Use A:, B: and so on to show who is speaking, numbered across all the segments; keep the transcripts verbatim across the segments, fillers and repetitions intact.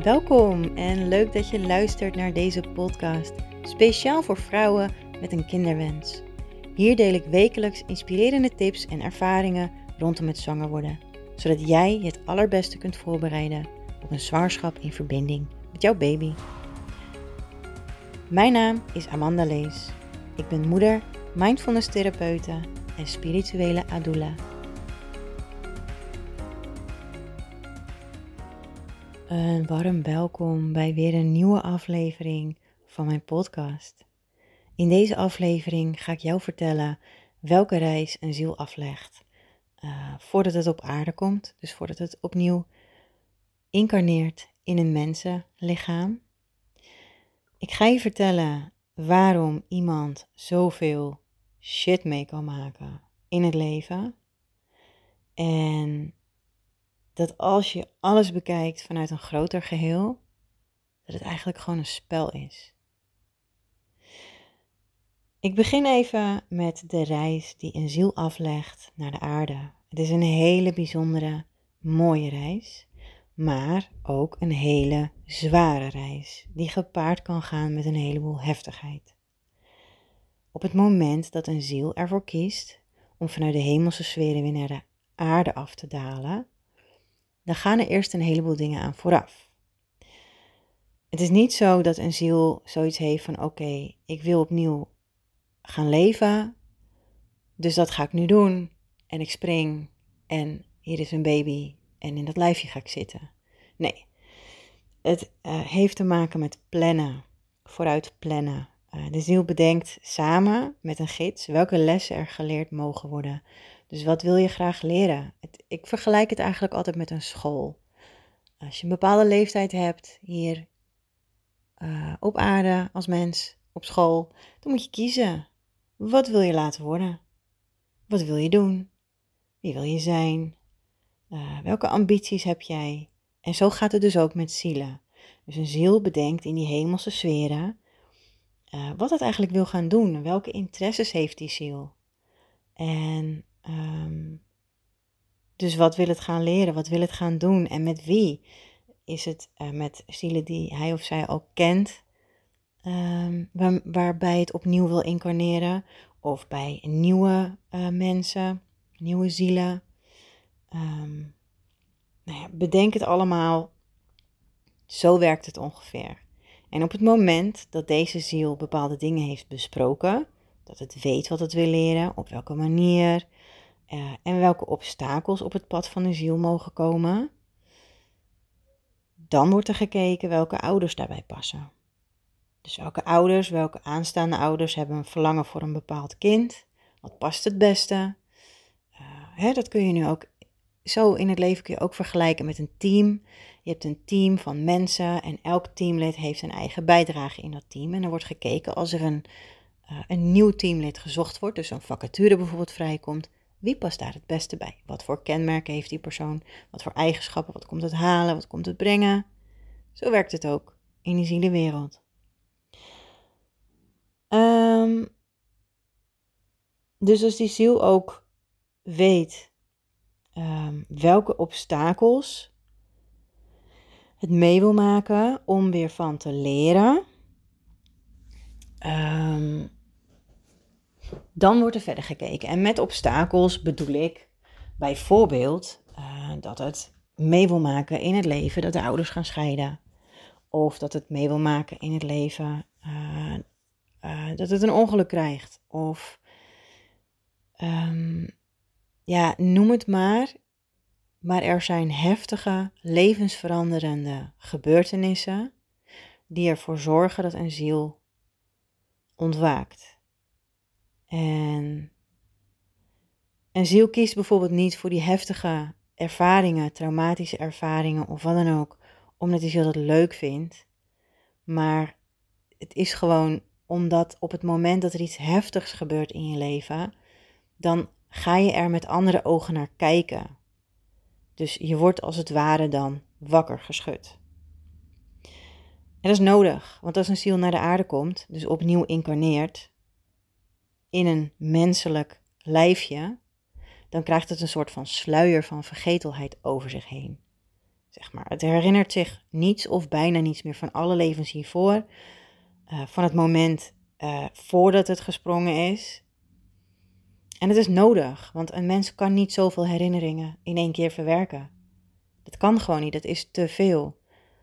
A: Welkom en leuk dat je luistert naar deze podcast, speciaal voor vrouwen met een kinderwens. Hier deel ik wekelijks inspirerende tips en ervaringen rondom het zwanger worden, zodat jij je het allerbeste kunt voorbereiden op een zwangerschap in verbinding met jouw baby. Mijn naam is Amanda Lees. Ik ben moeder, mindfulness therapeute en spirituele doula. Een warm welkom bij weer een nieuwe aflevering van mijn podcast. In deze aflevering ga ik jou vertellen welke reis een ziel aflegt uh, voordat het op aarde komt, dus voordat het opnieuw incarneert in een mensenlichaam. Ik ga je vertellen waarom iemand zoveel shit mee kan maken in het leven en dat als je alles bekijkt vanuit een groter geheel, dat het eigenlijk gewoon een spel is. Ik begin even met de reis die een ziel aflegt naar de aarde. Het is een hele bijzondere, mooie reis, maar ook een hele zware reis, die gepaard kan gaan met een heleboel heftigheid. Op het moment dat een ziel ervoor kiest om vanuit de hemelse sferen weer naar de aarde af te dalen, dan gaan er eerst een heleboel dingen aan vooraf. Het is niet zo dat een ziel zoiets heeft van oké, okay, ik wil opnieuw gaan leven, dus dat ga ik nu doen en ik spring en hier is een baby en in dat lijfje ga ik zitten. Nee, het uh, heeft te maken met plannen, vooruit plannen. Uh, de ziel bedenkt samen met een gids welke lessen er geleerd mogen worden. Dus wat wil je graag leren? Het, ik vergelijk het eigenlijk altijd met een school. Als je een bepaalde leeftijd hebt hier uh, op aarde als mens, op school, dan moet je kiezen. Wat wil je laten worden? Wat wil je doen? Wie wil je zijn? Uh, welke ambities heb jij? En zo gaat het dus ook met zielen. Dus een ziel bedenkt in die hemelse sferen uh, wat het eigenlijk wil gaan doen. Welke interesses heeft die ziel? En um, dus wat wil het gaan leren? Wat wil het gaan doen? En met wie? Is het uh, met zielen die hij of zij al kent, um, waar, waarbij het opnieuw wil incarneren? Of bij nieuwe uh, mensen, nieuwe zielen? Um, nou ja, bedenk het allemaal. Zo werkt het ongeveer. En op het moment dat deze ziel bepaalde dingen heeft besproken, dat het weet wat het wil leren, op welke manier uh, en welke obstakels op het pad van de ziel mogen komen, dan wordt er gekeken welke ouders daarbij passen. Dus welke ouders, welke aanstaande ouders hebben een verlangen voor een bepaald kind, wat past het beste. Uh, hè, dat kun je nu ook, zo in het leven kun je ook vergelijken met een team. Je hebt een team van mensen en elk teamlid heeft een eigen bijdrage in dat team. En er wordt gekeken als er een, uh, een nieuw teamlid gezocht wordt, dus een vacature bijvoorbeeld vrijkomt, wie past daar het beste bij? Wat voor kenmerken heeft die persoon? Wat voor eigenschappen? Wat komt het halen? Wat komt het brengen? Zo werkt het ook in die zielenwereld. Um, dus als die ziel ook weet um, welke obstakels het mee wil maken om weer van te leren, um, dan wordt er verder gekeken. En met obstakels bedoel ik bijvoorbeeld uh, dat het mee wil maken in het leven dat de ouders gaan scheiden. Of dat het mee wil maken in het leven uh, uh, dat het een ongeluk krijgt. Of um, ja, noem het maar. Maar er zijn heftige, levensveranderende gebeurtenissen die ervoor zorgen dat een ziel ontwaakt. En een ziel kiest bijvoorbeeld niet voor die heftige ervaringen, traumatische ervaringen of wat dan ook, omdat die ziel dat leuk vindt. Maar het is gewoon omdat op het moment dat er iets heftigs gebeurt in je leven, dan ga je er met andere ogen naar kijken. Dus je wordt als het ware dan wakker geschud. En dat is nodig, want als een ziel naar de aarde komt, dus opnieuw incarneert in een menselijk lijfje, dan krijgt het een soort van sluier van vergetelheid over zich heen. zeg maar. Het herinnert zich niets of bijna niets meer van alle levens hiervoor. Uh, van het moment uh, voordat het gesprongen is. En het is nodig, want een mens kan niet zoveel herinneringen in één keer verwerken. Dat kan gewoon niet, dat is te veel.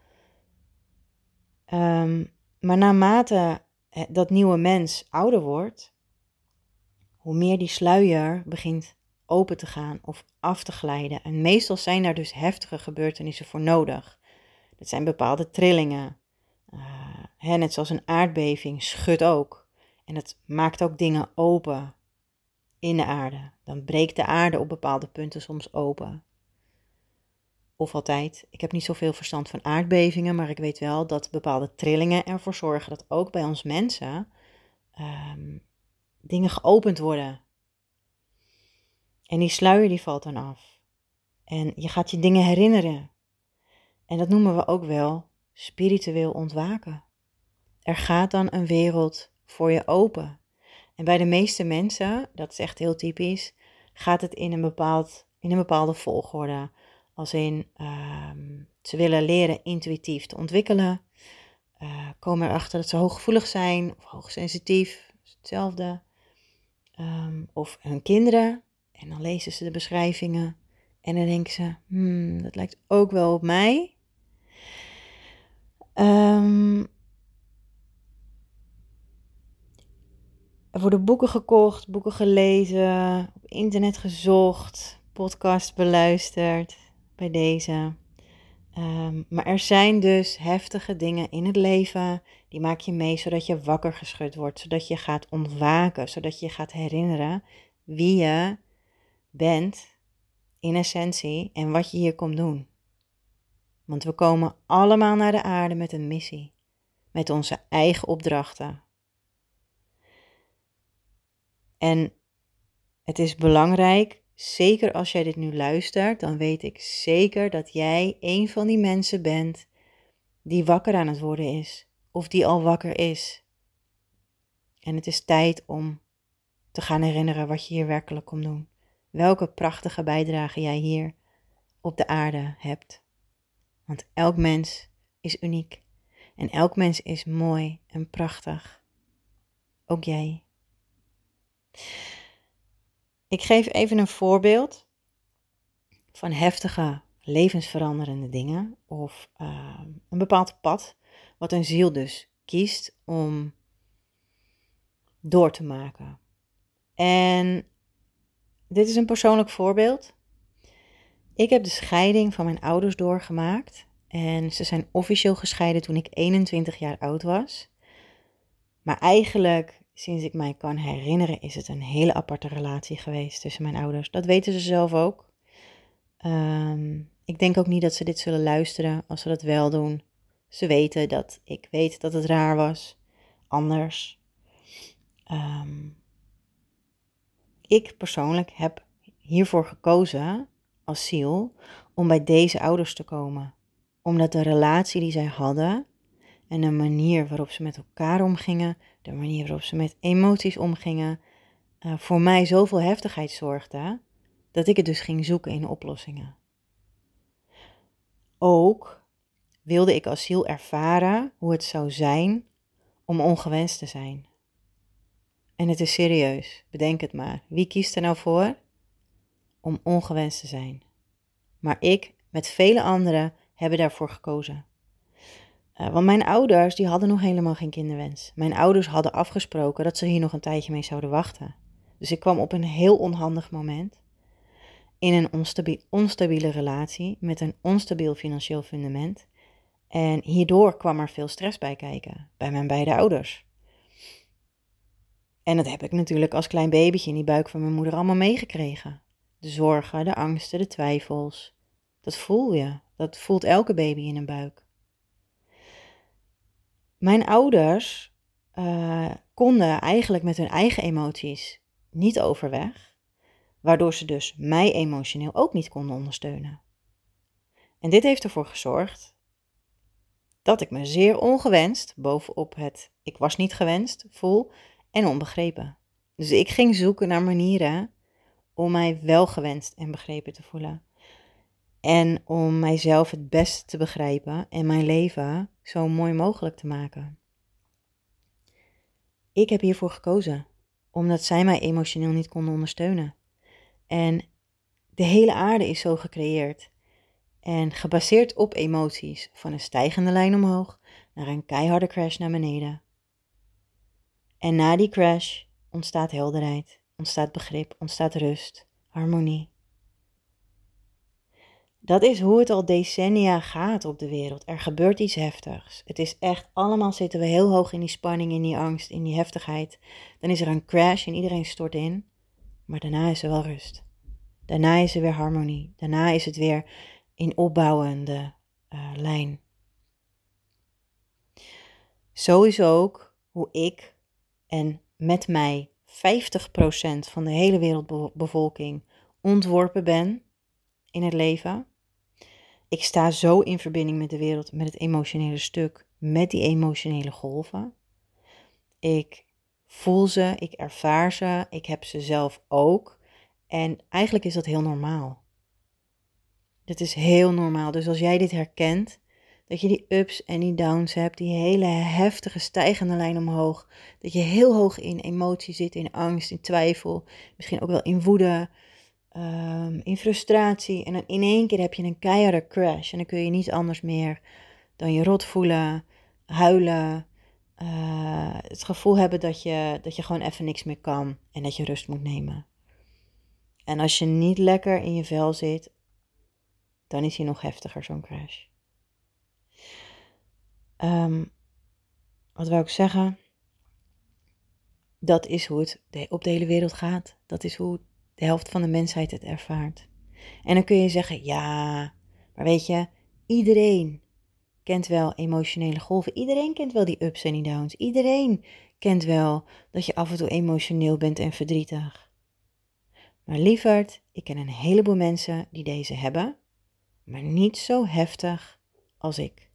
A: Um, maar naarmate dat nieuwe mens ouder wordt, hoe meer die sluier begint open te gaan of af te glijden. En meestal zijn daar dus heftige gebeurtenissen voor nodig. Dat zijn bepaalde trillingen. Uh, hè, net zoals een aardbeving schudt ook. En het maakt ook dingen open in de aarde. Dan breekt de aarde op bepaalde punten soms open. Of altijd. Ik heb niet zoveel verstand van aardbevingen, maar ik weet wel dat bepaalde trillingen ervoor zorgen dat ook bij ons mensen um, dingen geopend worden. En die sluier die valt dan af. En je gaat je dingen herinneren. En dat noemen we ook wel spiritueel ontwaken. Er gaat dan een wereld voor je open. En bij de meeste mensen, dat is echt heel typisch, gaat het in een, bepaald, in een bepaalde volgorde. Als in, uh, ze willen leren intuïtief te ontwikkelen. Uh, komen erachter dat ze hooggevoelig zijn of hoogsensitief. Dat is hetzelfde. Um, of hun kinderen. En dan lezen ze de beschrijvingen. En dan denken ze, hmm, dat lijkt ook wel op mij. Um, er worden boeken gekocht, boeken gelezen, op internet gezocht, podcast beluisterd bij deze. Um, maar er zijn dus heftige dingen in het leven, die maak je mee zodat je wakker geschud wordt, zodat je gaat ontwaken, zodat je gaat herinneren wie je bent in essentie en wat je hier komt doen. Want we komen allemaal naar de aarde met een missie, met onze eigen opdrachten. En het is belangrijk, zeker als jij dit nu luistert, dan weet ik zeker dat jij een van die mensen bent die wakker aan het worden is, of die al wakker is. En het is tijd om te gaan herinneren wat je hier werkelijk komt doen. Welke prachtige bijdrage jij hier op de aarde hebt. Want elk mens is uniek. En elk mens is mooi en prachtig. Ook jij. Ik geef even een voorbeeld van heftige, levensveranderende dingen. Of uh, een bepaald pad wat een ziel dus kiest om door te maken. En dit is een persoonlijk voorbeeld. Ik heb de scheiding van mijn ouders doorgemaakt. En ze zijn officieel gescheiden toen ik eenentwintig jaar oud was. Maar eigenlijk, sinds ik mij kan herinneren, is het een hele aparte relatie geweest tussen mijn ouders. Dat weten ze zelf ook. Um, ik denk ook niet dat ze dit zullen luisteren als ze dat wel doen. Ze weten dat ik weet dat het raar was. Anders. Um, ik persoonlijk heb hiervoor gekozen als ziel om bij deze ouders te komen. Omdat de relatie die zij hadden en de manier waarop ze met elkaar omgingen, de manier waarop ze met emoties omgingen, uh, voor mij zoveel heftigheid zorgde, dat ik het dus ging zoeken in oplossingen. Ook wilde ik als ziel ervaren hoe het zou zijn om ongewenst te zijn. En het is serieus, bedenk het maar. Wie kiest er nou voor om ongewenst te zijn? Maar ik, met vele anderen, hebben daarvoor gekozen. Uh, want mijn ouders, die hadden nog helemaal geen kinderwens. Mijn ouders hadden afgesproken dat ze hier nog een tijdje mee zouden wachten. Dus ik kwam op een heel onhandig moment in een onstabiel, onstabiele relatie met een onstabiel financieel fundament. En hierdoor kwam er veel stress bij kijken, bij mijn beide ouders. En dat heb ik natuurlijk als klein babytje in die buik van mijn moeder allemaal meegekregen. De zorgen, de angsten, de twijfels. Dat voel je. Dat voelt elke baby in een buik. Mijn ouders uh, konden eigenlijk met hun eigen emoties niet overweg, waardoor ze dus mij emotioneel ook niet konden ondersteunen. En dit heeft ervoor gezorgd dat ik me zeer ongewenst, bovenop het ik was niet gewenst, voel en onbegrepen. Dus ik ging zoeken naar manieren om mij wel gewenst en begrepen te voelen. En om mijzelf het beste te begrijpen en mijn leven zo mooi mogelijk te maken. Ik heb hiervoor gekozen, omdat zij mij emotioneel niet konden ondersteunen. En de hele aarde is zo gecreëerd en gebaseerd op emoties, van een stijgende lijn omhoog naar een keiharde crash naar beneden. En na die crash ontstaat helderheid, ontstaat begrip, ontstaat rust, harmonie. Dat is hoe het al decennia gaat op de wereld. Er gebeurt iets heftigs. Het is echt, allemaal zitten we heel hoog in die spanning, in die angst, in die heftigheid. Dan is er een crash en iedereen stort in. Maar daarna is er wel rust. Daarna is er weer harmonie. Daarna is het weer in opbouwende uh, lijn. Zo is ook hoe ik en met mij vijftig procent van de hele wereldbevolking ontworpen ben in het leven. Ik sta zo in verbinding met de wereld, met het emotionele stuk, met die emotionele golven. Ik voel ze, ik ervaar ze, ik heb ze zelf ook. En eigenlijk is dat heel normaal. Dit is heel normaal. Dus als jij dit herkent, dat je die ups en die downs hebt, die hele heftige stijgende lijn omhoog, dat je heel hoog in emotie zit, in angst, in twijfel, misschien ook wel in woede, um, in frustratie. En dan in één keer heb je een keiharde crash en dan kun je niet anders meer dan je rot voelen, huilen, uh, het gevoel hebben dat je, dat je gewoon even niks meer kan en dat je rust moet nemen. En als je niet lekker in je vel zit, dan is hij nog heftiger, zo'n crash. Um, wat wou ik zeggen? Dat is hoe het op de hele wereld gaat. Dat is hoe de helft van de mensheid het ervaart. En dan kun je zeggen, ja, maar weet je, iedereen kent wel emotionele golven. Iedereen kent wel die ups en die downs. Iedereen kent wel dat je af en toe emotioneel bent en verdrietig. Maar lieverd, ik ken een heleboel mensen die deze hebben, maar niet zo heftig als ik.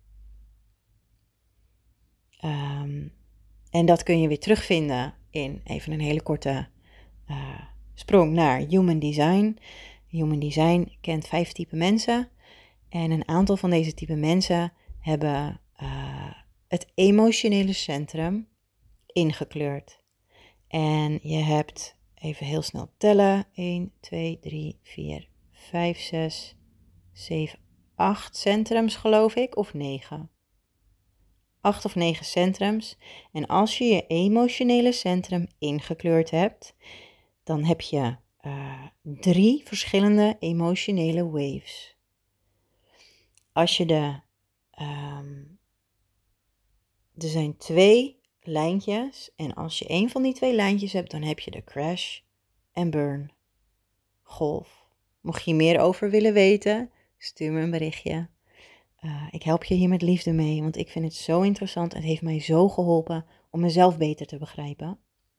A: Um, en dat kun je weer terugvinden in even een hele korte uh, sprong naar Human Design. Human Design kent vijf typen mensen. En een aantal van deze type mensen hebben uh, het emotionele centrum ingekleurd. En je hebt, even heel snel tellen, één, twee, drie, vier, vijf, zes, zeven, acht centrums geloof ik, of negen. Acht of negen centrums. En als je je emotionele centrum ingekleurd hebt, dan heb je uh, drie verschillende emotionele waves. Als je de, um, er zijn twee lijntjes en als je één van die twee lijntjes hebt, dan heb je de crash en burn golf. Mocht je meer over willen weten, stuur me een berichtje. Uh, ik help je hier met liefde mee, want ik vind het zo interessant. Het heeft mij zo geholpen om mezelf beter te begrijpen.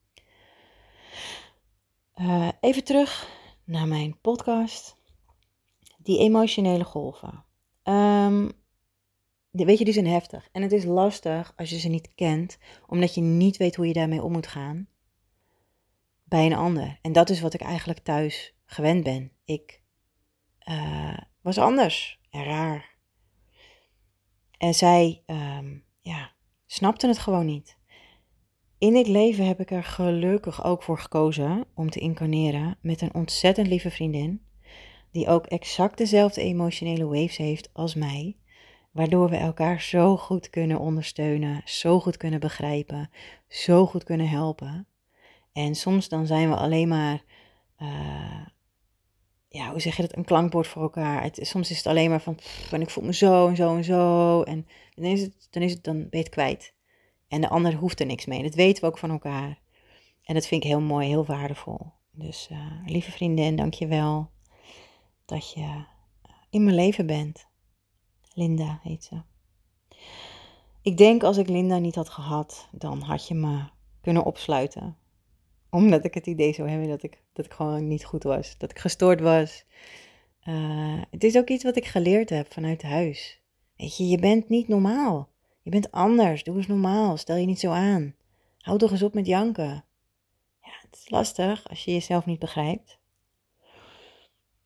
A: Uh, even terug naar mijn podcast. Die emotionele golven. Um, die, weet je, die zijn heftig. En het is lastig als je ze niet kent, omdat je niet weet hoe je daarmee om moet gaan bij een ander. En dat is wat ik eigenlijk thuis gewend ben. Ik uh, was anders en raar. En zij um, ja, snapten het gewoon niet. In dit leven heb ik er gelukkig ook voor gekozen om te incarneren met een ontzettend lieve vriendin, die ook exact dezelfde emotionele waves heeft als mij, waardoor we elkaar zo goed kunnen ondersteunen, zo goed kunnen begrijpen, zo goed kunnen helpen. En soms dan zijn we alleen maar, uh, ja, hoe zeg je dat, een klankbord voor elkaar. Het, soms is het alleen maar van, pff, en ik voel me zo en zo en zo. En dan is het, dan is het, dan ben je het kwijt. En de ander hoeft er niks mee. Dat weten we ook van elkaar. En dat vind ik heel mooi, heel waardevol. Dus uh, lieve vriendin, dank je wel dat je in mijn leven bent. Linda heet ze. Ik denk als ik Linda niet had gehad, dan had je me kunnen opsluiten. Omdat ik het idee zou hebben dat ik, dat ik gewoon niet goed was. Dat ik gestoord was. Uh, het is ook iets wat ik geleerd heb vanuit huis. Weet je, je bent niet normaal. Je bent anders. Doe eens normaal. Stel je niet zo aan. Hou toch eens op met janken. Ja, het is lastig als je jezelf niet begrijpt.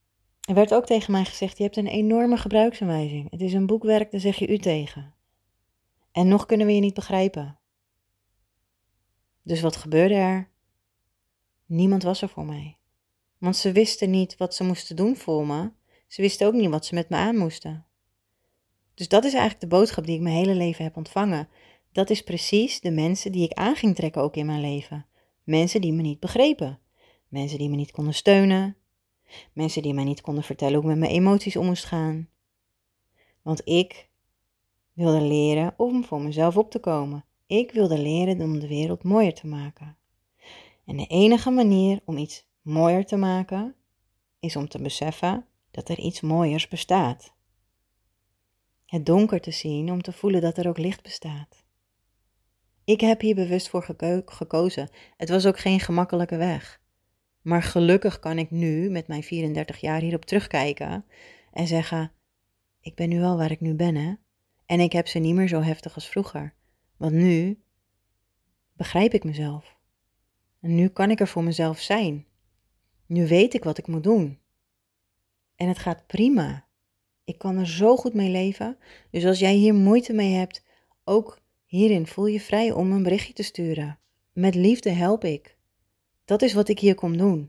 A: Er werd ook tegen mij gezegd, je hebt een enorme gebruiksaanwijzing. Het is een boekwerk, daar zeg je u tegen. En nog kunnen we je niet begrijpen. Dus wat gebeurde er? Niemand was er voor mij. Want ze wisten niet wat ze moesten doen voor me. Ze wisten ook niet wat ze met me aan moesten. Dus dat is eigenlijk de boodschap die ik mijn hele leven heb ontvangen. Dat is precies de mensen die ik aan ging trekken ook in mijn leven. Mensen die me niet begrepen. Mensen die me niet konden steunen. Mensen die mij niet konden vertellen hoe ik met mijn emoties om moest gaan. Want ik wilde leren om voor mezelf op te komen. Ik wilde leren om de wereld mooier te maken. En de enige manier om iets mooier te maken, is om te beseffen dat er iets mooiers bestaat. Het donker te zien om te voelen dat er ook licht bestaat. Ik heb hier bewust voor geko- gekozen. Het was ook geen gemakkelijke weg. Maar gelukkig kan ik nu met mijn vierendertig jaar hierop terugkijken en zeggen, ik ben nu wel waar ik nu ben, hè. En ik heb ze niet meer zo heftig als vroeger. Want nu begrijp ik mezelf. En nu kan ik er voor mezelf zijn. Nu weet ik wat ik moet doen. En het gaat prima. Ik kan er zo goed mee leven. Dus als jij hier moeite mee hebt, ook hierin voel je vrij om een berichtje te sturen. Met liefde help ik. Dat is wat ik hier kom doen.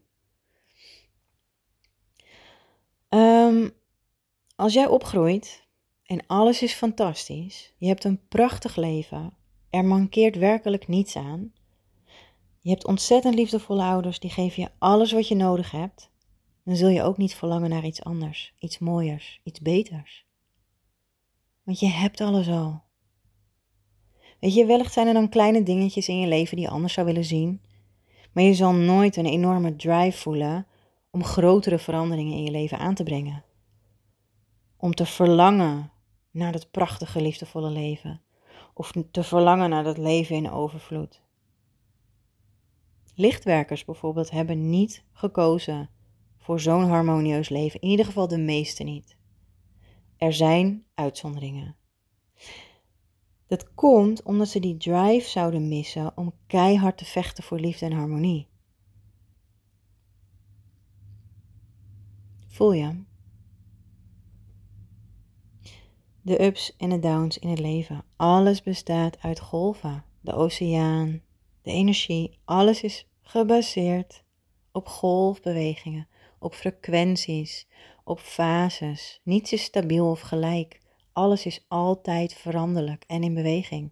A: Um, als jij opgroeit en alles is fantastisch, je hebt een prachtig leven, er mankeert werkelijk niets aan. Je hebt ontzettend liefdevolle ouders, die geven je alles wat je nodig hebt. Dan zul je ook niet verlangen naar iets anders, iets mooiers, iets beters. Want je hebt alles al. Weet je, wellicht zijn er dan kleine dingetjes in je leven die je anders zou willen zien. Maar je zal nooit een enorme drive voelen om grotere veranderingen in je leven aan te brengen. Om te verlangen naar dat prachtige, liefdevolle leven. Of te verlangen naar dat leven in overvloed. Lichtwerkers bijvoorbeeld hebben niet gekozen voor zo'n harmonieus leven. In ieder geval de meeste niet. Er zijn uitzonderingen. Dat komt omdat ze die drive zouden missen om keihard te vechten voor liefde en harmonie. Voel je? De ups en de downs in het leven. Alles bestaat uit golven. De oceaan, de energie, alles is gebaseerd op golfbewegingen, op frequenties, op fases. Niets is stabiel of gelijk. Alles is altijd veranderlijk en in beweging.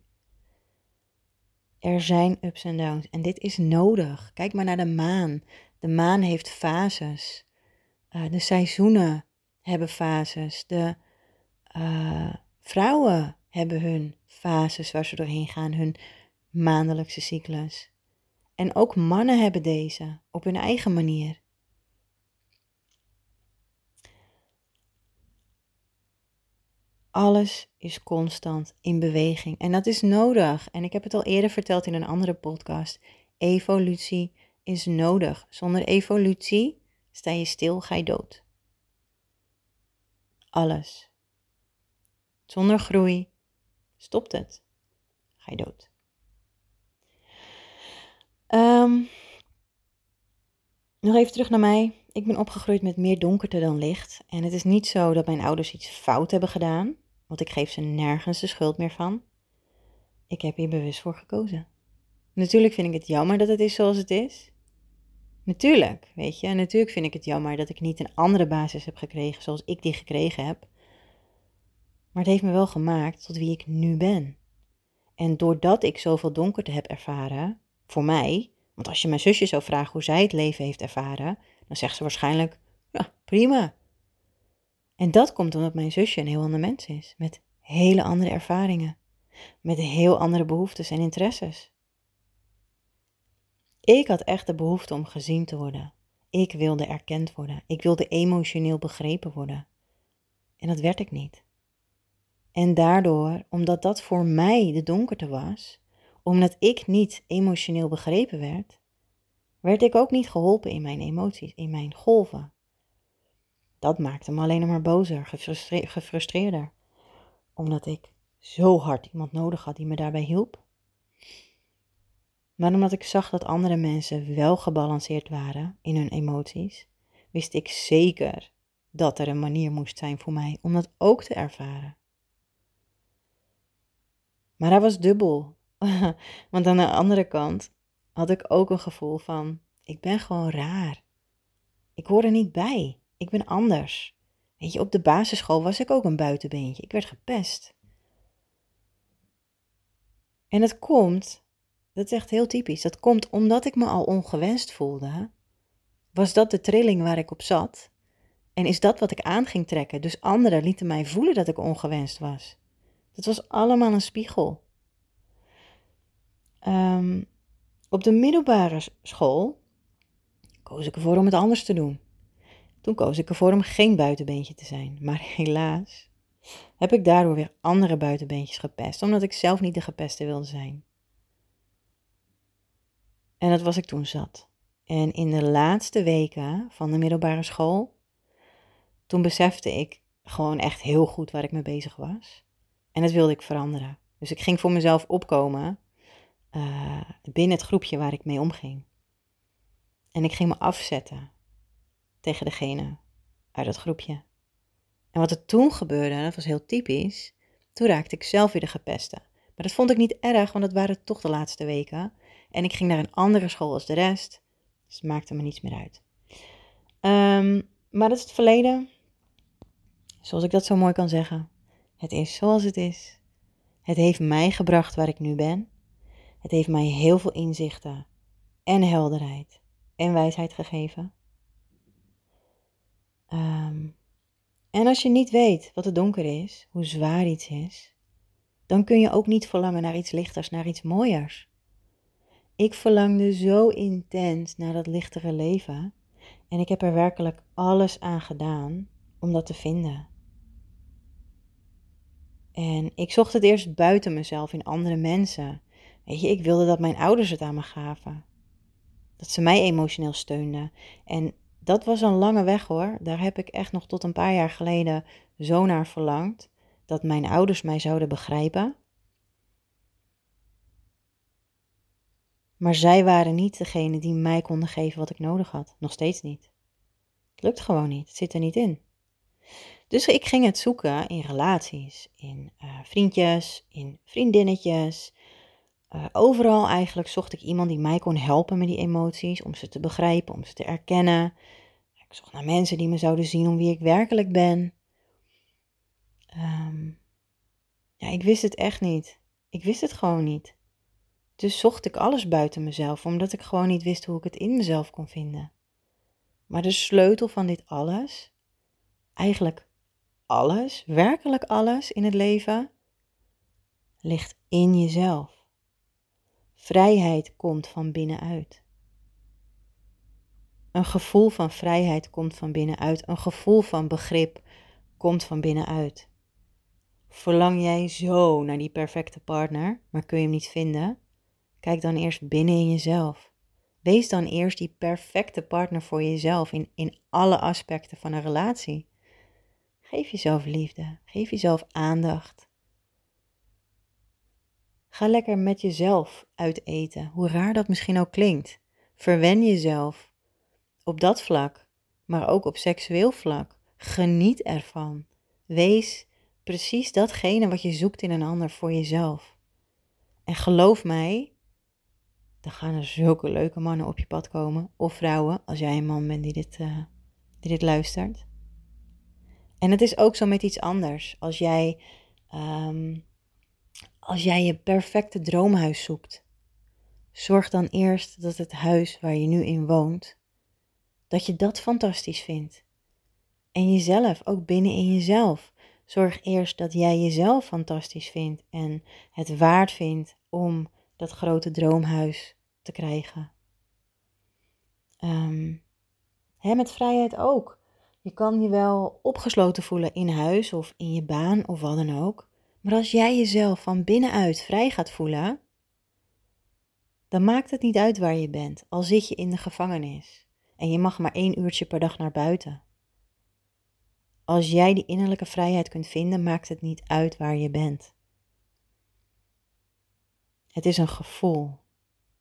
A: Er zijn ups en downs en dit is nodig. Kijk maar naar de maan. De maan heeft fases. Uh, de seizoenen hebben fases. De uh, vrouwen hebben hun fases waar ze doorheen gaan, hun maandelijkse cyclus. En ook mannen hebben deze op hun eigen manier. Alles is constant in beweging en dat is nodig. En ik heb het al eerder verteld in een andere podcast. Evolutie is nodig. Zonder evolutie sta je stil, ga je dood. Alles. Zonder groei stopt het. Ga je dood. Um, nog even terug naar mij. Ik ben opgegroeid met meer donkerte dan licht. En het is niet zo dat mijn ouders iets fout hebben gedaan. Want ik geef ze nergens de schuld meer van. Ik heb hier bewust voor gekozen. Natuurlijk vind ik het jammer dat het is zoals het is. Natuurlijk, weet je. Natuurlijk vind ik het jammer dat ik niet een andere basis heb gekregen zoals ik die gekregen heb. Maar het heeft me wel gemaakt tot wie ik nu ben. En doordat ik zoveel donkerte heb ervaren, voor mij, want als je mijn zusje zou vragen hoe zij het leven heeft ervaren, dan zegt ze waarschijnlijk, ja, prima. En dat komt omdat mijn zusje een heel ander mens is, met hele andere ervaringen, met heel andere behoeftes en interesses. Ik had echt de behoefte om gezien te worden. Ik wilde erkend worden. Ik wilde emotioneel begrepen worden. En dat werd ik niet. En daardoor, omdat dat voor mij de donkerte was, omdat ik niet emotioneel begrepen werd, werd ik ook niet geholpen in mijn emoties, in mijn golven. Dat maakte me alleen maar bozer, gefrustre- gefrustreerder. Omdat ik zo hard iemand nodig had die me daarbij hielp. Maar omdat ik zag dat andere mensen wel gebalanceerd waren in hun emoties, wist ik zeker dat er een manier moest zijn voor mij om dat ook te ervaren. Maar dat was dubbel. Want aan de andere kant had ik ook een gevoel van, ik ben gewoon raar. Ik hoor er niet bij. Ik ben anders. Weet je, op de basisschool was ik ook een buitenbeentje. Ik werd gepest. En het komt, dat is echt heel typisch, dat komt omdat ik me al ongewenst voelde. Was dat de trilling waar ik op zat? En is dat wat ik aan ging trekken? Dus anderen lieten mij voelen dat ik ongewenst was. Dat was allemaal een spiegel. Um, op de middelbare school koos ik ervoor om het anders te doen. Toen koos ik ervoor om geen buitenbeentje te zijn. Maar helaas heb ik daardoor weer andere buitenbeentjes gepest, omdat ik zelf niet de gepeste wilde zijn. En dat was ik toen zat. En in de laatste weken van de middelbare school, toen besefte ik gewoon echt heel goed waar ik mee bezig was. En dat wilde ik veranderen. Dus ik ging voor mezelf opkomen uh, binnen het groepje waar ik mee omging. En ik ging me afzetten tegen degene uit dat groepje. En wat er toen gebeurde, dat was heel typisch, toen raakte ik zelf weer de gepeste. Maar dat vond ik niet erg, want dat waren toch de laatste weken. En ik ging naar een andere school als de rest, dus het maakte me niets meer uit. Um, maar dat is het verleden, zoals ik dat zo mooi kan zeggen. Het is zoals het is. Het heeft mij gebracht waar ik nu ben. Het heeft mij heel veel inzichten en helderheid en wijsheid gegeven. Um, en als je niet weet wat het donker is, hoe zwaar iets is, dan kun je ook niet verlangen naar iets lichters, naar iets mooiers. Ik verlangde zo intens naar dat lichtere leven en ik heb er werkelijk alles aan gedaan om dat te vinden. En ik zocht het eerst buiten mezelf, in andere mensen. Weet je, ik wilde dat mijn ouders het aan me gaven. Dat ze mij emotioneel steunden. En dat was een lange weg hoor. Daar heb ik echt nog tot een paar jaar geleden zo naar verlangd. Dat mijn ouders mij zouden begrijpen. Maar zij waren niet degene die mij konden geven wat ik nodig had. Nog steeds niet. Het lukt gewoon niet. Het zit er niet in. Dus ik ging het zoeken in relaties. In uh, vriendjes, in vriendinnetjes. Uh, overal eigenlijk zocht ik iemand die mij kon helpen met die emoties. Om ze te begrijpen, om ze te erkennen. Ik zocht naar mensen die me zouden zien om wie ik werkelijk ben. Um, ja, ik wist het echt niet. Ik wist het gewoon niet. Dus zocht ik alles buiten mezelf, omdat ik gewoon niet wist hoe ik het in mezelf kon vinden. Maar de sleutel van dit alles, eigenlijk alles, werkelijk alles in het leven, ligt in jezelf. Vrijheid komt van binnenuit. Een gevoel van vrijheid komt van binnenuit. Een gevoel van begrip komt van binnenuit. Verlang jij zo naar die perfecte partner, maar kun je hem niet vinden? Kijk dan eerst binnen in jezelf. Wees dan eerst die perfecte partner voor jezelf in, in alle aspecten van een relatie. Geef jezelf liefde, geef jezelf aandacht. Ga lekker met jezelf uit eten, hoe raar dat misschien ook klinkt. Verwen jezelf op dat vlak, maar ook op seksueel vlak. Geniet ervan. Wees precies datgene wat je zoekt in een ander voor jezelf. En geloof mij, dan gaan er zulke leuke mannen op je pad komen. Of vrouwen, als jij een man bent die dit, uh, die dit luistert. En het is ook zo met iets anders. Als jij, um, als jij je perfecte droomhuis zoekt. Zorg dan eerst dat het huis waar je nu in woont, dat je dat fantastisch vindt. En jezelf, ook binnen in jezelf. Zorg eerst dat jij jezelf fantastisch vindt en het waard vindt om dat grote droomhuis te krijgen. Um, hè, met vrijheid ook. Je kan je wel opgesloten voelen in huis of in je baan of wat dan ook. Maar als jij jezelf van binnenuit vrij gaat voelen, dan maakt het niet uit waar je bent. Al zit je in de gevangenis en je mag maar één uurtje per dag naar buiten. Als jij die innerlijke vrijheid kunt vinden, maakt het niet uit waar je bent. Het is een gevoel.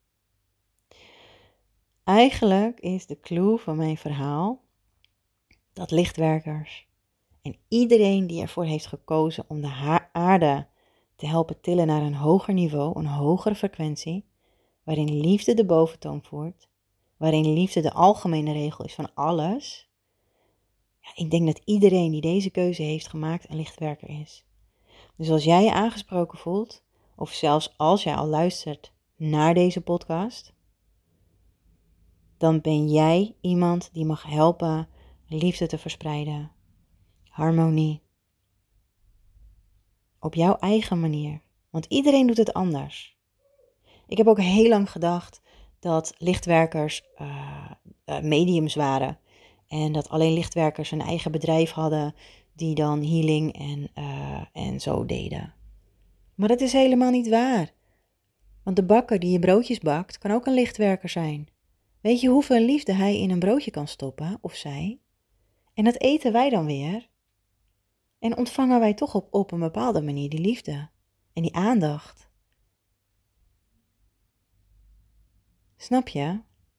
A: Eigenlijk is de clue van mijn verhaal dat lichtwerkers en iedereen die ervoor heeft gekozen om de aarde te helpen tillen naar een hoger niveau, een hogere frequentie, waarin liefde de boventoon voert, waarin liefde de algemene regel is van alles. Ja, ik denk dat iedereen die deze keuze heeft gemaakt een lichtwerker is. Dus als jij je aangesproken voelt, of zelfs als jij al luistert naar deze podcast, dan ben jij iemand die mag helpen liefde te verspreiden, harmonie, op jouw eigen manier. Want iedereen doet het anders. Ik heb ook heel lang gedacht dat lichtwerkers uh, uh, mediums waren. En dat alleen lichtwerkers een eigen bedrijf hadden die dan healing en, uh, en zo deden. Maar dat is helemaal niet waar. Want de bakker die je broodjes bakt, kan ook een lichtwerker zijn. Weet je hoeveel liefde hij in een broodje kan stoppen, of zij? En dat eten wij dan weer. En ontvangen wij toch op, op een bepaalde manier die liefde en die aandacht. Snap je?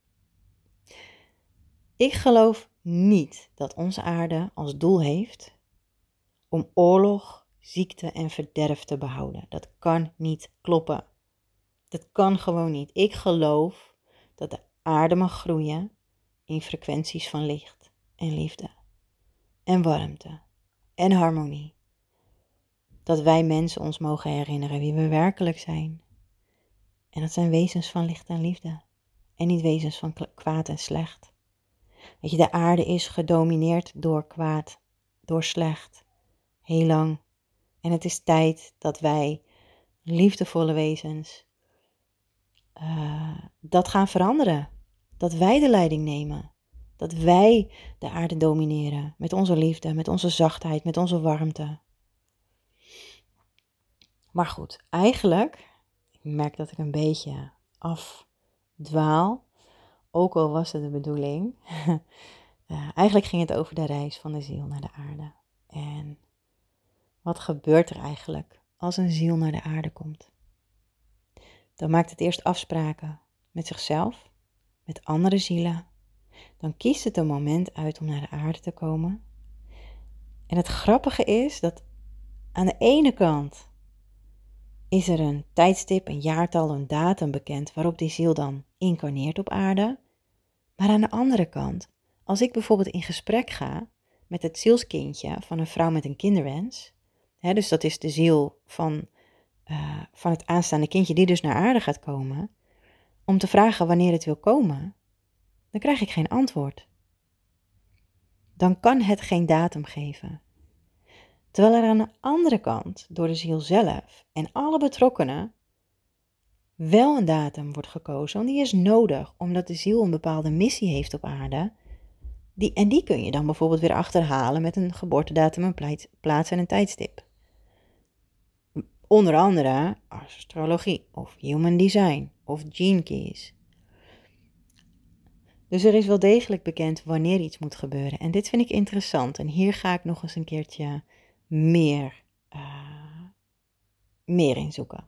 A: Ik geloof niet dat onze aarde als doel heeft om oorlog, ziekte en verderf te behouden. Dat kan niet kloppen. Dat kan gewoon niet. Ik geloof dat de aarde mag groeien in frequenties van licht en liefde en warmte en harmonie. Dat wij mensen ons mogen herinneren wie we werkelijk zijn. En dat zijn wezens van licht en liefde en niet wezens van kwaad en slecht. Weet je, de aarde is gedomineerd door kwaad, door slecht, heel lang. En het is tijd dat wij, liefdevolle wezens, uh, dat gaan veranderen. Dat wij de leiding nemen. Dat wij de aarde domineren met onze liefde, met onze zachtheid, met onze warmte. Maar goed, eigenlijk, ik merk dat ik een beetje afdwaal, ook al was het de bedoeling. uh, eigenlijk ging het over de reis van de ziel naar de aarde. En wat gebeurt er eigenlijk als een ziel naar de aarde komt? Dan maakt het eerst afspraken met zichzelf, met andere zielen. Dan kiest het een moment uit om naar de aarde te komen. En het grappige is dat aan de ene kant is er een tijdstip, een jaartal, een datum bekend waarop die ziel dan incarneert op aarde. Maar aan de andere kant, als ik bijvoorbeeld in gesprek ga met het zielskindje van een vrouw met een kinderwens, hè, dus dat is de ziel van, uh, van het aanstaande kindje die dus naar aarde gaat komen, om te vragen wanneer het wil komen, dan krijg ik geen antwoord. Dan kan het geen datum geven. Terwijl er aan de andere kant door de ziel zelf en alle betrokkenen wel een datum wordt gekozen, want die is nodig omdat de ziel een bepaalde missie heeft op aarde. Die, en die kun je dan bijvoorbeeld weer achterhalen met een geboortedatum, een plaats en een tijdstip. Onder andere astrologie of human design of gene keys. Dus er is wel degelijk bekend wanneer iets moet gebeuren. En dit vind ik interessant. En hier ga ik nog eens een keertje meer, uh, meer in zoeken.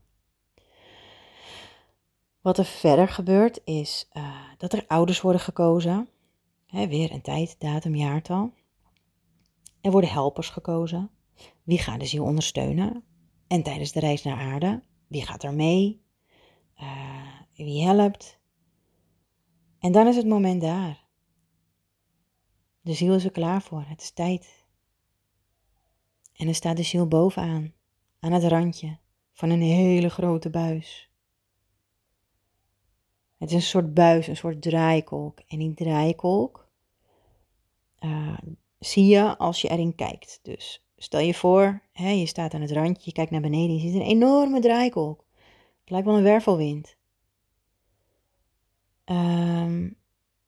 A: Wat er verder gebeurt is uh, dat er ouders worden gekozen. Hè, weer een tijd, datum, jaartal. Er worden helpers gekozen. Wie gaat de ziel ondersteunen? En tijdens de reis naar aarde, wie gaat er mee? Uh, wie helpt? En dan is het moment daar. De ziel is er klaar voor, het is tijd. En dan staat de ziel bovenaan, aan het randje van een hele grote buis. Het is een soort buis, een soort draaikolk. En die draaikolk uh, zie je als je erin kijkt. Dus stel je voor, hè, je staat aan het randje, je kijkt naar beneden, je ziet een enorme draaikolk. Het lijkt wel een wervelwind. Um,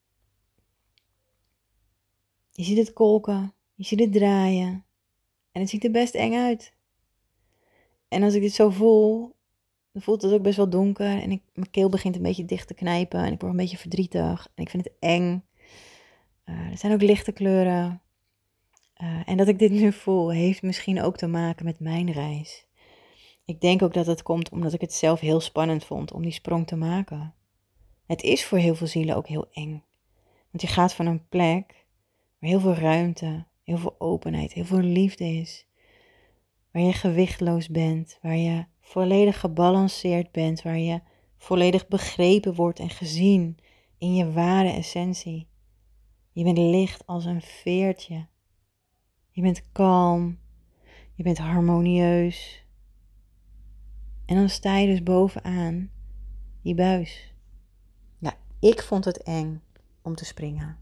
A: je ziet het kolken, je ziet het draaien. En het ziet er best eng uit. En als ik dit zo voel, dan voelt het ook best wel donker. En ik, mijn keel begint een beetje dicht te knijpen. En ik word een beetje verdrietig. En ik vind het eng. Uh, er zijn ook lichte kleuren. Uh, en dat ik dit nu voel, heeft misschien ook te maken met mijn reis. Ik denk ook dat het komt omdat ik het zelf heel spannend vond om die sprong te maken. Het is voor heel veel zielen ook heel eng. Want je gaat van een plek Waar heel veel ruimte, heel veel openheid, heel veel liefde is. Waar je gewichtloos bent, waar je volledig gebalanceerd bent, waar je volledig begrepen wordt en gezien in je ware essentie. Je bent licht als een veertje. Je bent kalm, je bent harmonieus. En dan sta je dus bovenaan die buis. Nou, ik vond het eng om te springen.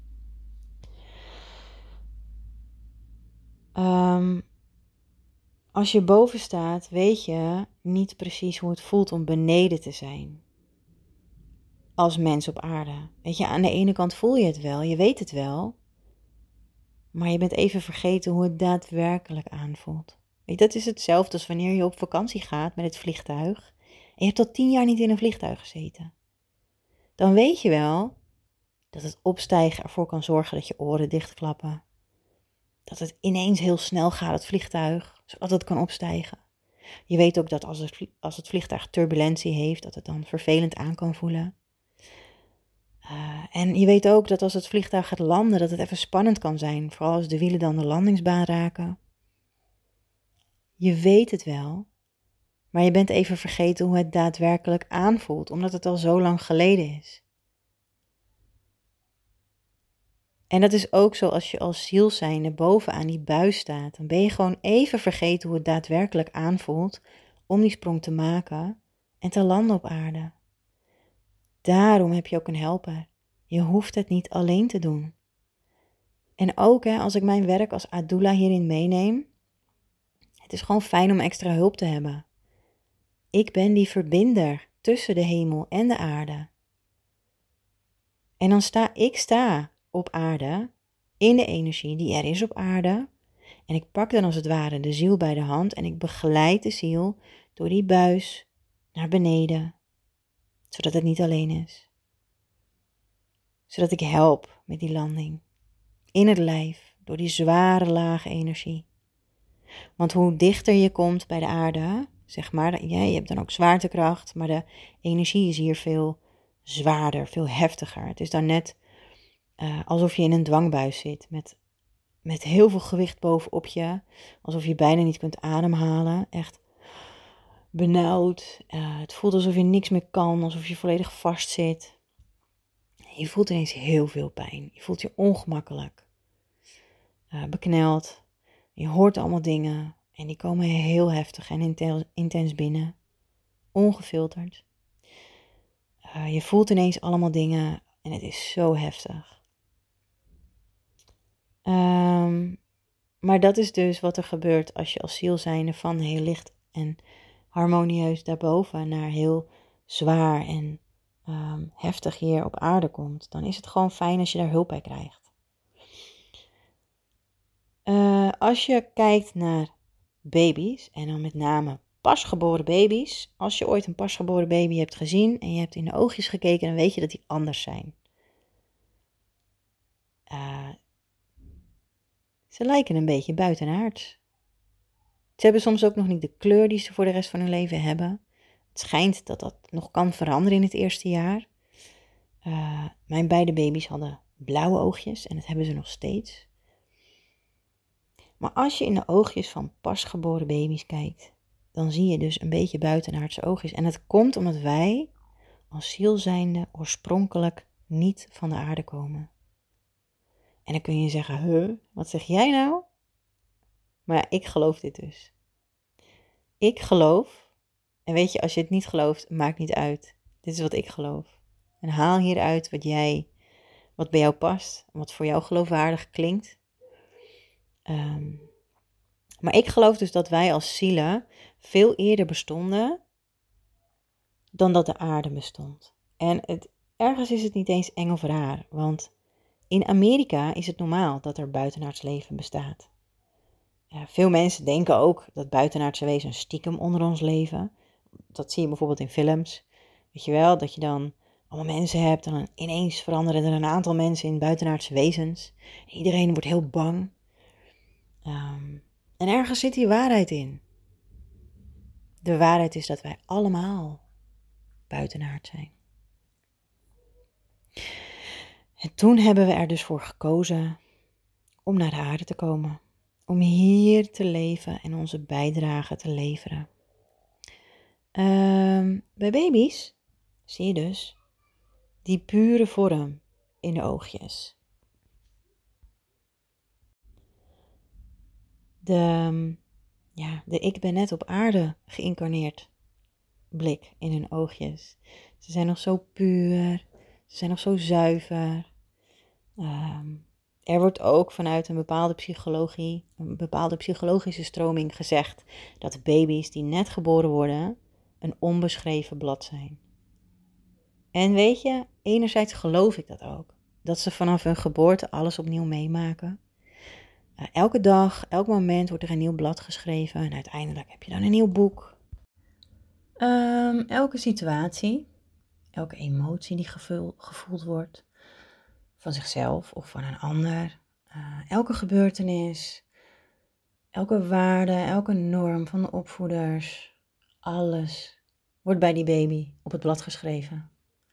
A: Um, als je boven staat, weet je niet precies hoe het voelt om beneden te zijn. Als mens op aarde. Weet je, aan de ene kant voel je het wel, je weet het wel. Maar je bent even vergeten hoe het daadwerkelijk aanvoelt. Weet je, dat is hetzelfde als wanneer je op vakantie gaat met het vliegtuig. En je hebt al tien jaar niet in een vliegtuig gezeten. Dan weet je wel dat het opstijgen ervoor kan zorgen dat je oren dichtklappen. Dat het ineens heel snel gaat, het vliegtuig, zodat het kan opstijgen. Je weet ook dat als het, vlie- als het vliegtuig turbulentie heeft, dat het dan vervelend aan kan voelen. Uh, en je weet ook dat als het vliegtuig gaat landen, dat het even spannend kan zijn. Vooral als de wielen dan de landingsbaan raken. Je weet het wel, maar je bent even vergeten hoe het daadwerkelijk aanvoelt, omdat het al zo lang geleden is. En dat is ook zo als je als zielzijnde bovenaan die buis staat. Dan ben je gewoon even vergeten hoe het daadwerkelijk aanvoelt om die sprong te maken en te landen op aarde. Daarom heb je ook een helper. Je hoeft het niet alleen te doen. En ook hè, als ik mijn werk als Adula hierin meeneem, het is gewoon fijn om extra hulp te hebben. Ik ben die verbinder tussen de hemel en de aarde. En dan sta ik sta op aarde, in de energie die er is op aarde. En ik pak dan als het ware de ziel bij de hand en ik begeleid de ziel door die buis naar beneden, zodat het niet alleen is. Zodat ik help met die landing, in het lijf, door die zware lage energie. Want hoe dichter je komt bij de aarde, zeg maar, ja, je hebt dan ook zwaartekracht, maar de energie is hier veel zwaarder, veel heftiger. Het is dan net uh, alsof je in een dwangbuis zit, met, met heel veel gewicht bovenop je, alsof je bijna niet kunt ademhalen, echt benauwd. Uh, het voelt alsof je niks meer kan, alsof je volledig vast zit. Je voelt ineens heel veel pijn, je voelt je ongemakkelijk, uh, bekneld. Je hoort allemaal dingen en die komen heel heftig en intens binnen, ongefilterd. Uh, je voelt ineens allemaal dingen en het is zo heftig. Um, maar dat is dus wat er gebeurt als je als ziel zijnde van heel licht en harmonieus daarboven naar heel zwaar en um, heftig hier op aarde komt. Dan is het gewoon fijn als je daar hulp bij krijgt. Uh, als je kijkt naar baby's, en dan met name pasgeboren baby's. Als je ooit een pasgeboren baby hebt gezien en je hebt in de oogjes gekeken, dan weet je dat die anders zijn. Uh, ze lijken een beetje buitenaards. Ze hebben soms ook nog niet de kleur die ze voor de rest van hun leven hebben. Het schijnt dat dat nog kan veranderen in het eerste jaar. Uh, mijn beide baby's hadden blauwe oogjes en dat hebben ze nog steeds. Maar als je in de oogjes van pasgeboren baby's kijkt, dan zie je dus een beetje buitenaardse oogjes. En dat komt omdat wij als ziel zijnde oorspronkelijk niet van de aarde komen. En dan kun je zeggen, huh, wat zeg jij nou? Maar ja, ik geloof dit dus. Ik geloof, en weet je, als je het niet gelooft, maakt niet uit. Dit is wat ik geloof. En haal hieruit wat jij, wat bij jou past, en wat voor jou geloofwaardig klinkt. Um, maar ik geloof dus dat wij als zielen veel eerder bestonden dan dat de aarde bestond. En het, ergens is het niet eens eng of raar, want in Amerika is het normaal dat er buitenaards leven bestaat. Ja, veel mensen denken ook dat buitenaardse wezens stiekem onder ons leven. Dat zie je bijvoorbeeld in films. Weet je wel, dat je dan allemaal mensen hebt en dan ineens veranderen er een aantal mensen in buitenaardse wezens. Iedereen wordt heel bang. Um, en ergens zit die waarheid in. De waarheid is dat wij allemaal buitenaard zijn. En toen hebben we er dus voor gekozen om naar de aarde te komen. Om hier te leven en onze bijdrage te leveren. Um, bij baby's zie je dus die pure vorm in de oogjes. De, ja, de ik ben net op aarde geïncarneerd blik in hun oogjes. Ze zijn nog zo puur, ze zijn nog zo zuiver. Um, er wordt ook vanuit een bepaalde psychologie, een bepaalde psychologische stroming gezegd dat baby's die net geboren worden een onbeschreven blad zijn. En weet je, enerzijds geloof ik dat ook. Dat ze vanaf hun geboorte alles opnieuw meemaken. Uh, elke dag, elk moment wordt er een nieuw blad geschreven en uiteindelijk heb je dan een nieuw boek. Um, elke situatie, elke emotie die gevoel, gevoeld wordt, van zichzelf of van een ander, uh, elke gebeurtenis, elke waarde, elke norm van de opvoeders, alles wordt bij die baby op het blad geschreven.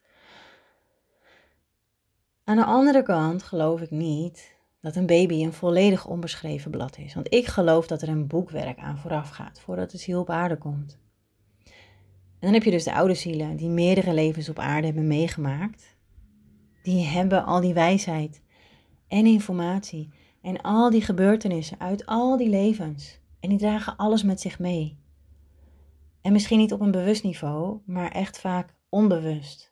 A: Aan de andere kant geloof ik niet dat een baby een volledig onbeschreven blad is. Want ik geloof dat er een boekwerk aan vooraf gaat voordat de ziel op aarde komt. En dan heb je dus de oude zielen die meerdere levens op aarde hebben meegemaakt. Die hebben al die wijsheid en informatie en al die gebeurtenissen uit al die levens. En die dragen alles met zich mee. En misschien niet op een bewust niveau, maar echt vaak onbewust.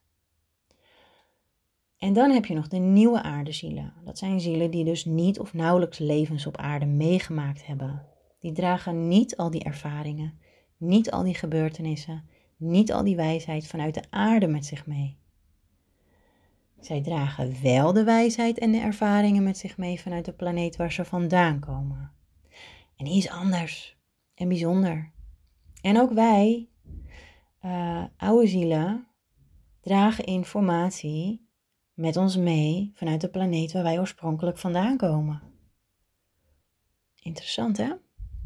A: En dan heb je nog de nieuwe aardezielen. Dat zijn zielen die dus niet of nauwelijks levens op aarde meegemaakt hebben. Die dragen niet al die ervaringen, niet al die gebeurtenissen, niet al die wijsheid vanuit de aarde met zich mee. Zij dragen wel de wijsheid en de ervaringen met zich mee vanuit de planeet waar ze vandaan komen. En die is anders en bijzonder. En ook wij, uh, oude zielen, dragen informatie met ons mee vanuit de planeet waar wij oorspronkelijk vandaan komen. Interessant, hè?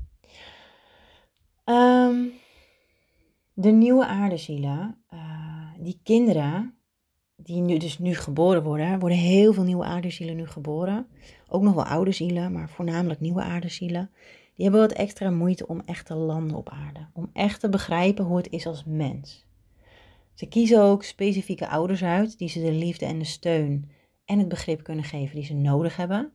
A: Um, de nieuwe aardezielen, uh, die kinderen die nu dus nu geboren worden, er worden heel veel nieuwe aardezielen nu geboren. Ook nog wel oude zielen, maar voornamelijk nieuwe aardezielen. Die hebben wat extra moeite om echt te landen op aarde. Om echt te begrijpen hoe het is als mens. Ze kiezen ook specifieke ouders uit die ze de liefde en de steun en het begrip kunnen geven die ze nodig hebben.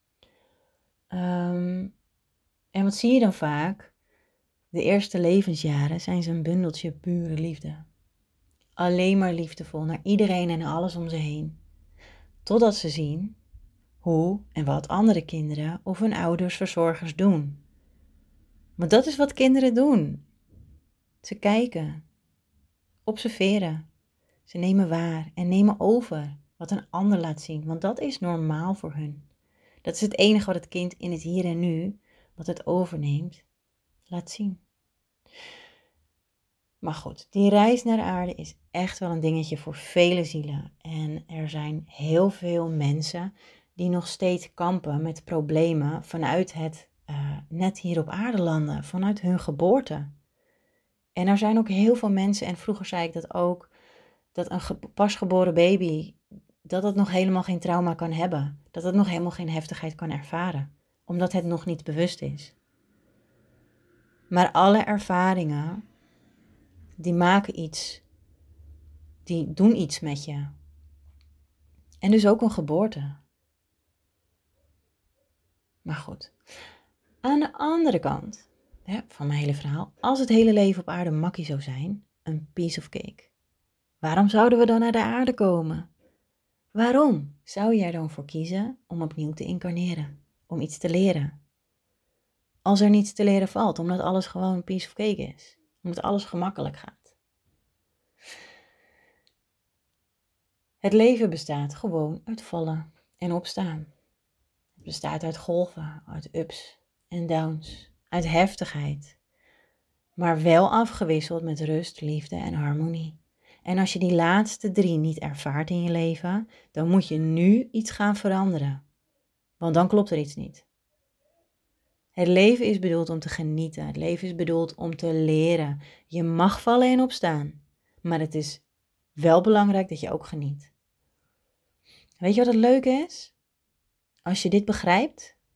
A: Um, en wat zie je dan vaak? De eerste levensjaren zijn ze een bundeltje pure liefde. Alleen maar liefdevol naar iedereen en alles om ze heen. Totdat ze zien hoe en wat andere kinderen of hun ouders, verzorgers doen. Want dat is wat kinderen doen. Ze kijken, observeren. Ze nemen waar en nemen over wat een ander laat zien. Want dat is normaal voor hun. Dat is het enige wat het kind in het hier en nu, wat het overneemt, laat zien. Maar goed, die reis naar de aarde is echt wel een dingetje voor vele zielen. En er zijn heel veel mensen die nog steeds kampen met problemen vanuit het uh, net hier op aarde landen, vanuit hun geboorte. En er zijn ook heel veel mensen, en vroeger zei ik dat ook, dat een ge- pasgeboren baby, dat het nog helemaal geen trauma kan hebben. Dat het nog helemaal geen heftigheid kan ervaren, omdat het nog niet bewust is. Maar alle ervaringen, die maken iets, die doen iets met je. En dus ook een geboorte. Maar goed, aan de andere kant hè, van mijn hele verhaal, als het hele leven op aarde makkie zou zijn, een piece of cake, waarom zouden we dan naar de aarde komen? Waarom zou je er dan voor kiezen om opnieuw te incarneren, om iets te leren? Als er niets te leren valt, omdat alles gewoon een piece of cake is, omdat alles gemakkelijk gaat. Het leven bestaat gewoon uit vallen en opstaan. Het bestaat uit golven, uit ups en downs, uit heftigheid. Maar wel afgewisseld met rust, liefde en harmonie. En als je die laatste drie niet ervaart in je leven, dan moet je nu iets gaan veranderen. Want dan klopt er iets niet. Het leven is bedoeld om te genieten. Het leven is bedoeld om te leren. Je mag vallen en opstaan. Maar het is wel belangrijk dat je ook geniet. Weet je wat het leuke is? Als je dit begrijpt,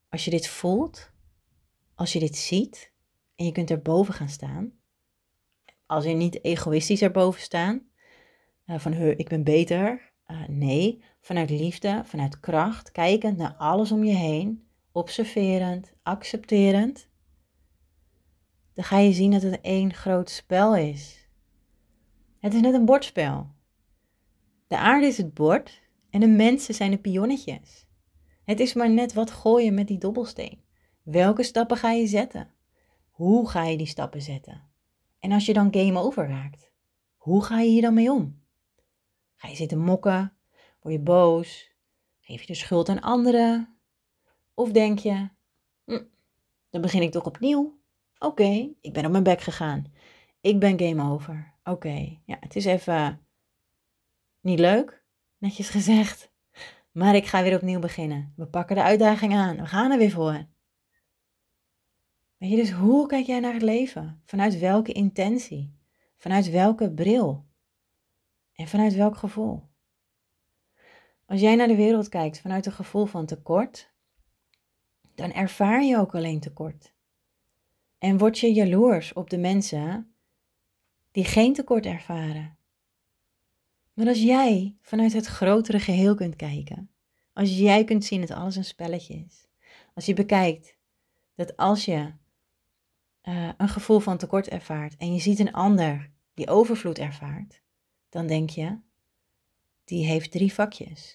A: als je dit voelt, als je dit ziet en je kunt erboven gaan staan, als je niet egoïstisch erboven staan, uh, van he, ik ben beter, uh, nee, vanuit liefde, vanuit kracht, kijkend naar alles om je heen, observerend, accepterend, dan ga je zien dat het één groot spel is. Het is net een bordspel. De aarde is het bord en de mensen zijn de pionnetjes. Het is maar net wat gooien met die dobbelsteen. Welke stappen ga je zetten? Hoe ga je die stappen zetten? En als je dan game over raakt, hoe ga je hier dan mee om? Ga je zitten mokken? Word je boos? Geef je de schuld aan anderen? Of denk je, hm, dan begin ik toch opnieuw? Oké, okay, ik ben op mijn bek gegaan. Ik ben game over. Oké, okay, ja, het is even niet leuk, netjes gezegd. Maar ik ga weer opnieuw beginnen. We pakken de uitdaging aan. We gaan er weer voor. Weet je, dus hoe kijk jij naar het leven? Vanuit welke intentie? Vanuit welke bril? En vanuit welk gevoel? Als jij naar de wereld kijkt vanuit een gevoel van tekort, dan ervaar je ook alleen tekort. En word je jaloers op de mensen die geen tekort ervaren. Maar als jij vanuit het grotere geheel kunt kijken, als jij kunt zien dat alles een spelletje is, als je bekijkt dat als je uh, een gevoel van tekort ervaart en je ziet een ander die overvloed ervaart, dan denk je, die heeft drie vakjes.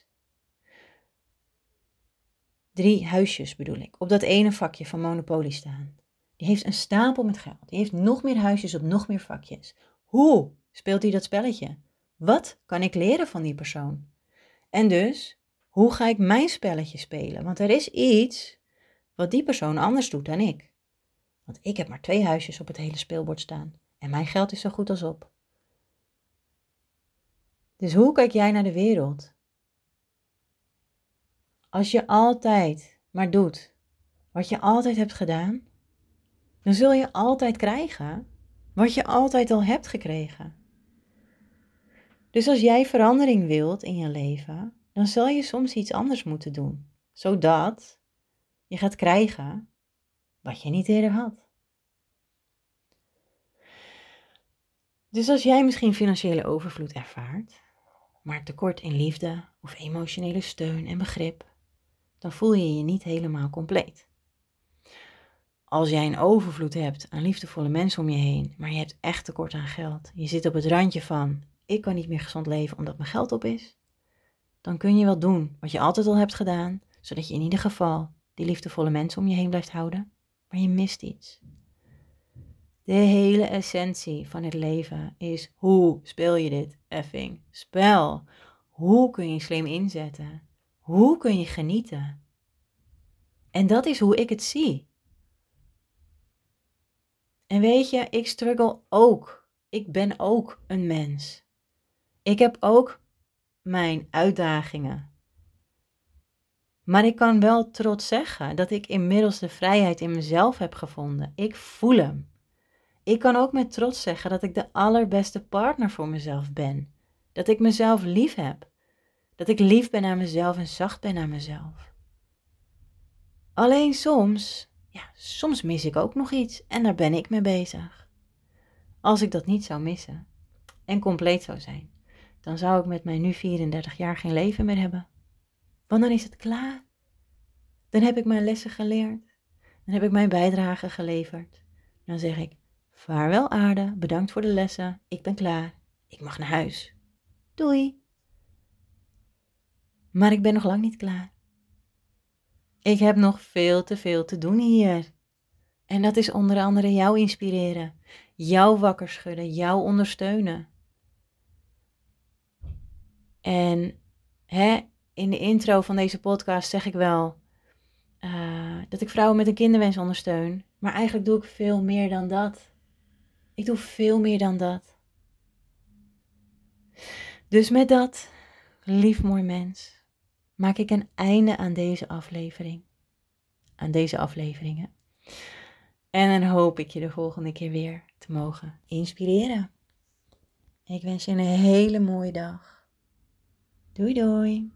A: Drie huisjes bedoel ik, op dat ene vakje van Monopoly staan. Die heeft een stapel met geld, die heeft nog meer huisjes op nog meer vakjes. Hoe speelt hij dat spelletje? Wat kan ik leren van die persoon? En dus, hoe ga ik mijn spelletje spelen? Want er is iets wat die persoon anders doet dan ik. Want ik heb maar twee huisjes op het hele speelbord staan. En mijn geld is zo goed als op. Dus hoe kijk jij naar de wereld? Als je altijd maar doet wat je altijd hebt gedaan, dan zul je altijd krijgen wat je altijd al hebt gekregen. Dus als jij verandering wilt in je leven, dan zal je soms iets anders moeten doen, zodat je gaat krijgen wat je niet eerder had. Dus als jij misschien financiële overvloed ervaart, maar tekort in liefde of emotionele steun en begrip, dan voel je je niet helemaal compleet. Als jij een overvloed hebt aan liefdevolle mensen om je heen, maar je hebt echt tekort aan geld, je zit op het randje van, ik kan niet meer gezond leven omdat mijn geld op is, dan kun je wel doen wat je altijd al hebt gedaan, zodat je in ieder geval die liefdevolle mensen om je heen blijft houden, maar je mist iets. De hele essentie van het leven is, hoe speel je dit effing spel? Hoe kun je slim inzetten? Hoe kun je genieten? En dat is hoe ik het zie. En weet je, ik struggle ook. Ik ben ook een mens. Ik heb ook mijn uitdagingen. Maar ik kan wel trots zeggen dat ik inmiddels de vrijheid in mezelf heb gevonden. Ik voel hem. Ik kan ook met trots zeggen dat ik de allerbeste partner voor mezelf ben. Dat ik mezelf lief heb. Dat ik lief ben aan mezelf en zacht ben aan mezelf. Alleen soms, ja, soms mis ik ook nog iets en daar ben ik mee bezig. Als ik dat niet zou missen en compleet zou zijn, dan zou ik met mijn nu vierendertig jaar geen leven meer hebben. Want dan is het klaar. Dan heb ik mijn lessen geleerd. Dan heb ik mijn bijdrage geleverd. Dan zeg ik, vaarwel aarde, bedankt voor de lessen, ik ben klaar. Ik mag naar huis. Doei. Maar ik ben nog lang niet klaar. Ik heb nog veel te veel te doen hier. En dat is onder andere jou inspireren, jou wakker schudden, jou ondersteunen. En hè, in de intro van deze podcast zeg ik wel uh, dat ik vrouwen met een kinderwens ondersteun. Maar eigenlijk doe ik veel meer dan dat. Ik doe veel meer dan dat. Dus met dat, lief mooi mens, maak ik een einde aan deze aflevering. Aan deze afleveringen. En dan hoop ik je de volgende keer weer te mogen inspireren. Ik wens je een hele mooie dag. Doei doei.